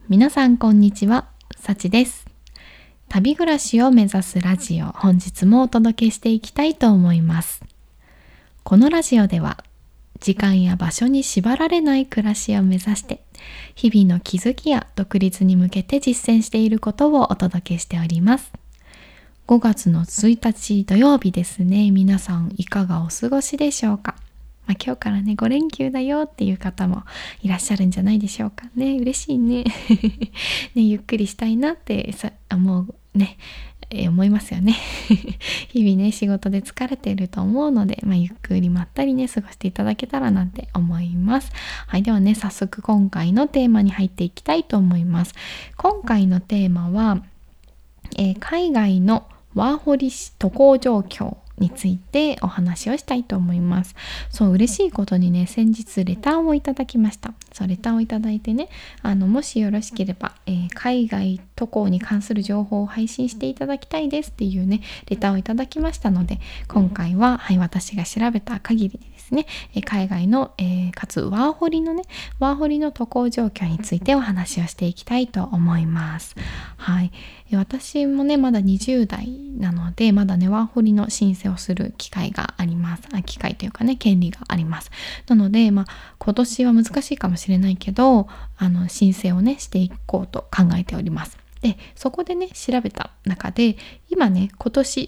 皆さんこんにちは、さちです。旅暮らしを目指すラジオ、本日もお届けしていきたいと思います。このラジオでは時間や場所に縛られない暮らしを目指して日々の気づきや独立に向けて実践していることをお届けしております。5月の1日土曜日ですね。皆さんいかがお過ごしでしょうか。今日からね5連休だよっていう方もいらっしゃるんじゃないでしょうかね。嬉しいねね、ゆっくりしたいなって思うね、思いますよね日々ね仕事で疲れていると思うので、ゆっくりまったりね過ごしていただけたらなんて思います。はい、ではね早速今回のテーマに入っていきたいと思います。今回のテーマは、海外のワーホリ渡航状況についてお話をしたいと思います。そう嬉しいことにね、先日レターをいただきました。レターをいただいてね、もしよろしければ、海外渡航に関する情報を配信していただきたいですっていうねレターをいただきましたので、今回は、私が調べた限りでですね、海外の、かつワーホリの渡航状況についてお話をしていきたいと思います。はい、私もねまだ20代なので、まだねワーホリの申請をする機会があります。機会というかね権利があります。なので今年は難しいかもしれないけど、申請をねしていこうと考えております。でそこでね調べた中で、今ね今年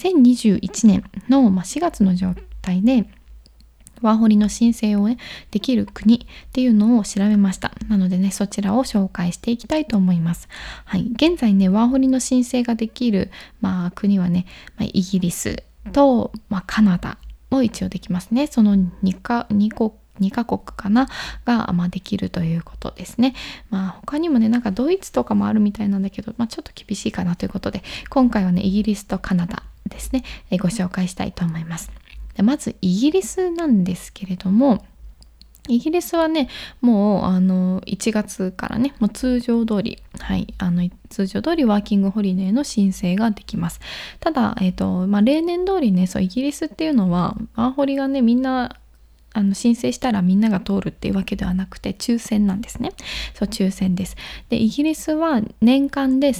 2021年の4月の状態でワーホリの申請をねできる国っていうのを調べました。なのでねそちらを紹介していきたいと思います。はい、現在ねワーホリの申請ができる、国はね、イギリスと、カナダも一応できますね。その2カ国かなが、できるということですね。他にもねドイツとかもあるみたいなんだけど、ちょっと厳しいかなということで、今回はねイギリスとカナダですね、ご紹介したいと思います。でまずイギリスなんですけれども、イギリスはねもう1月からねもう通常通りワーキングホリデーの申請ができます。ただ、例年通りねイギリスっていうのはワーホリがねみんな申請したらみんなが通るっていうわけではなくて、抽選なんですね。抽選です。でイギリスは年間で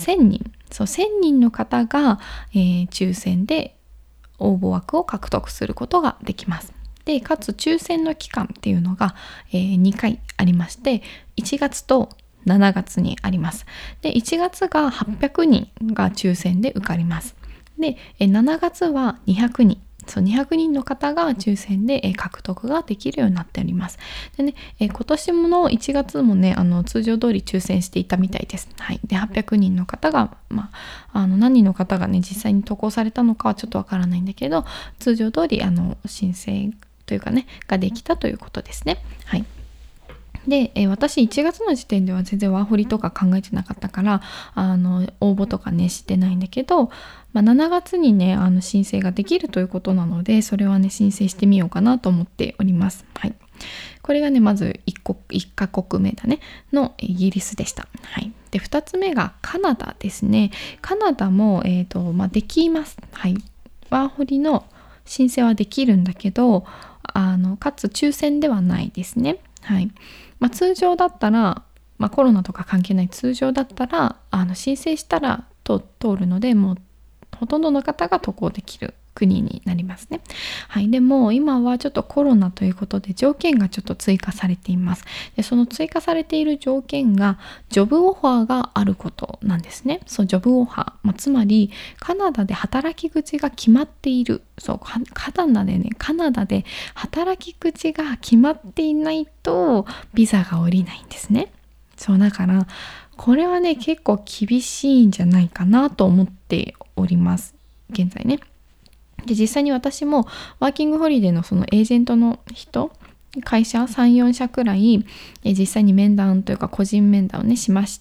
1000人の方が、抽選で応募枠を獲得することができます。でかつ抽選の期間っていうのが、2回ありまして、1月と7月にあります。で1月が800人が抽選で受かります。で7月は200人200人の方が抽選で獲得ができるようになっております。でね、今年の1月もね通常通り抽選していたみたいです。はい、で800人の方が、何人の方がね実際に渡航されたのかはちょっとわからないんだけど、通常通り申請というかねができたということですね。はい。で、私1月の時点では全然ワーホリとか考えてなかったから応募とかねしてないんだけど、7月にね申請ができるということなので、それはね申請してみようかなと思っております。はい、これがねまず1カ国目だねのイギリスでした。はい、で2つ目がカナダですね。カナダも、できます。はい、ワーホリの申請はできるんだけどかつ抽選ではないですね。はい、通常だったら、コロナとか関係ない通常だったら申請したら通るので、もうほとんどの方が渡航できる国になりますね。はい、でも今はちょっとコロナということで条件がちょっと追加されています。でその追加されている条件がジョブオファーがあることなんですね。ジョブオファー、つまりカナダで働き口が決まっている。カナダで働き口が決まっていないとビザが下りないんですね。だからこれはね結構厳しいんじゃないかなと思っております現在ね。で実際に私もワーキングホリデーのそのエージェントの会社 3,4 社くらい実際に面談というか個人面談をねしました。 。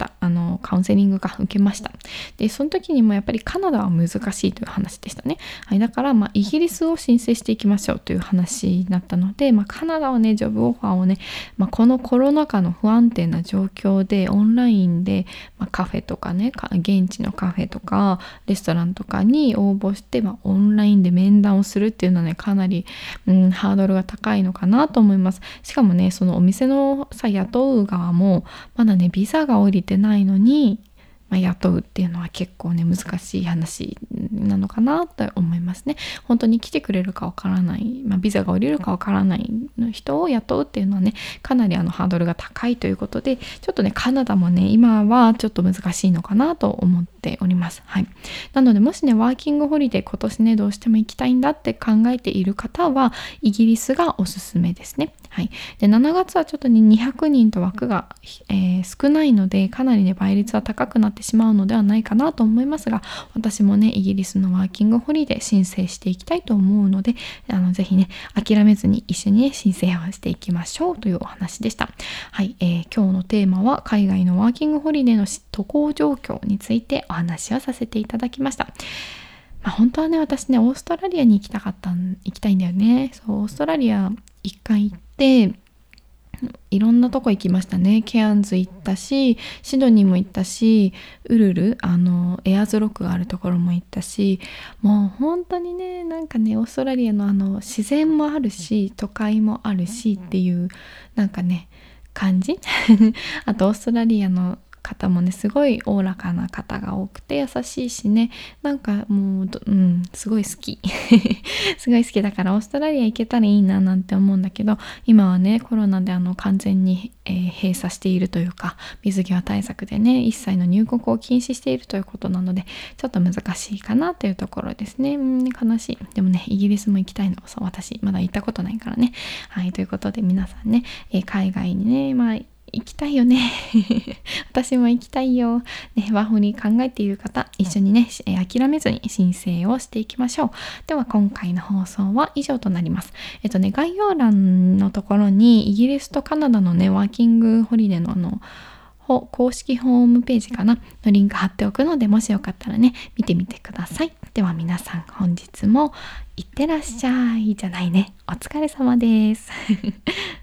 カウンセリングが受けました。で、その時にもやっぱりカナダは難しいという話でしたね。はい、だからイギリスを申請していきましょうという話になったので、カナダはね、ジョブオファーをね、このコロナ禍の不安定な状況でオンラインで、カフェとかね、現地のカフェとかレストランとかに応募して、オンラインで面談をするっていうのはね、かなり、ハードルが高いのかなと思います。しかもね、そのお店の雇う側もまだね、ビザが降りてないのに、雇うっていうのは結構ね、難しい話なのかなと思いますね。本当に来てくれるかわからない、ビザが降りるかわからない人を雇うっていうのはね、かなりハードルが高いということで、ちょっとね、カナダもね、今はちょっと難しいのかなと思っております。はい。なので、もしね、ワーキングホリデー今年ね、どうしても行きたいんだって考えている方は、イギリスがおすすめですね。はい。で、7月はちょっとね、200人と枠が、少ないので、かなりね、倍率は高くなってしまうのではないかなと思いますが、私もね、イギリスのワーキングホリデー申請していきたいと思うので、ぜひね、諦めずに一緒にね、申請をしていきましょうというお話でした。はい。今日のテーマは、海外のワーキングホリデーの渡航状況についてお話をさせていただきました。本当はね、私ね、オーストラリアに行きたいんだよね。そう、オーストラリア一回行って、いろんなとこ行きましたね。ケアンズ行ったし、シドニーも行ったし、ウルル、エアーズロックがあるところも行ったし、もう本当にね、なんかね、オーストラリアの自然もあるし、都会もあるしっていう、なんかね、感じあとオーストラリアの方もね、すごいおおらかな方が多くて優しいしね、なんかもうすごい好きすごい好きだから、オーストラリア行けたらいいななんて思うんだけど、今はね、コロナで完全に、閉鎖しているというか、水際対策でね、一切の入国を禁止しているということなので、ちょっと難しいかなというところですね。悲しい。でもね、イギリスも行きたいの。そう、私まだ行ったことないからね。はい、ということで皆さんね、海外にね、行きたいよね私も行きたいよ、ね、ワーホリ考えている方、一緒にね、諦めずに申請をしていきましょう。では今回の放送は以上となります。概要欄のところにイギリスとカナダのね、ワーキングホリデーの公式ホームページかなのリンク貼っておくので、もしよかったらね、見てみてください。では皆さん、本日もいってらっしゃいじゃないね、お疲れ様です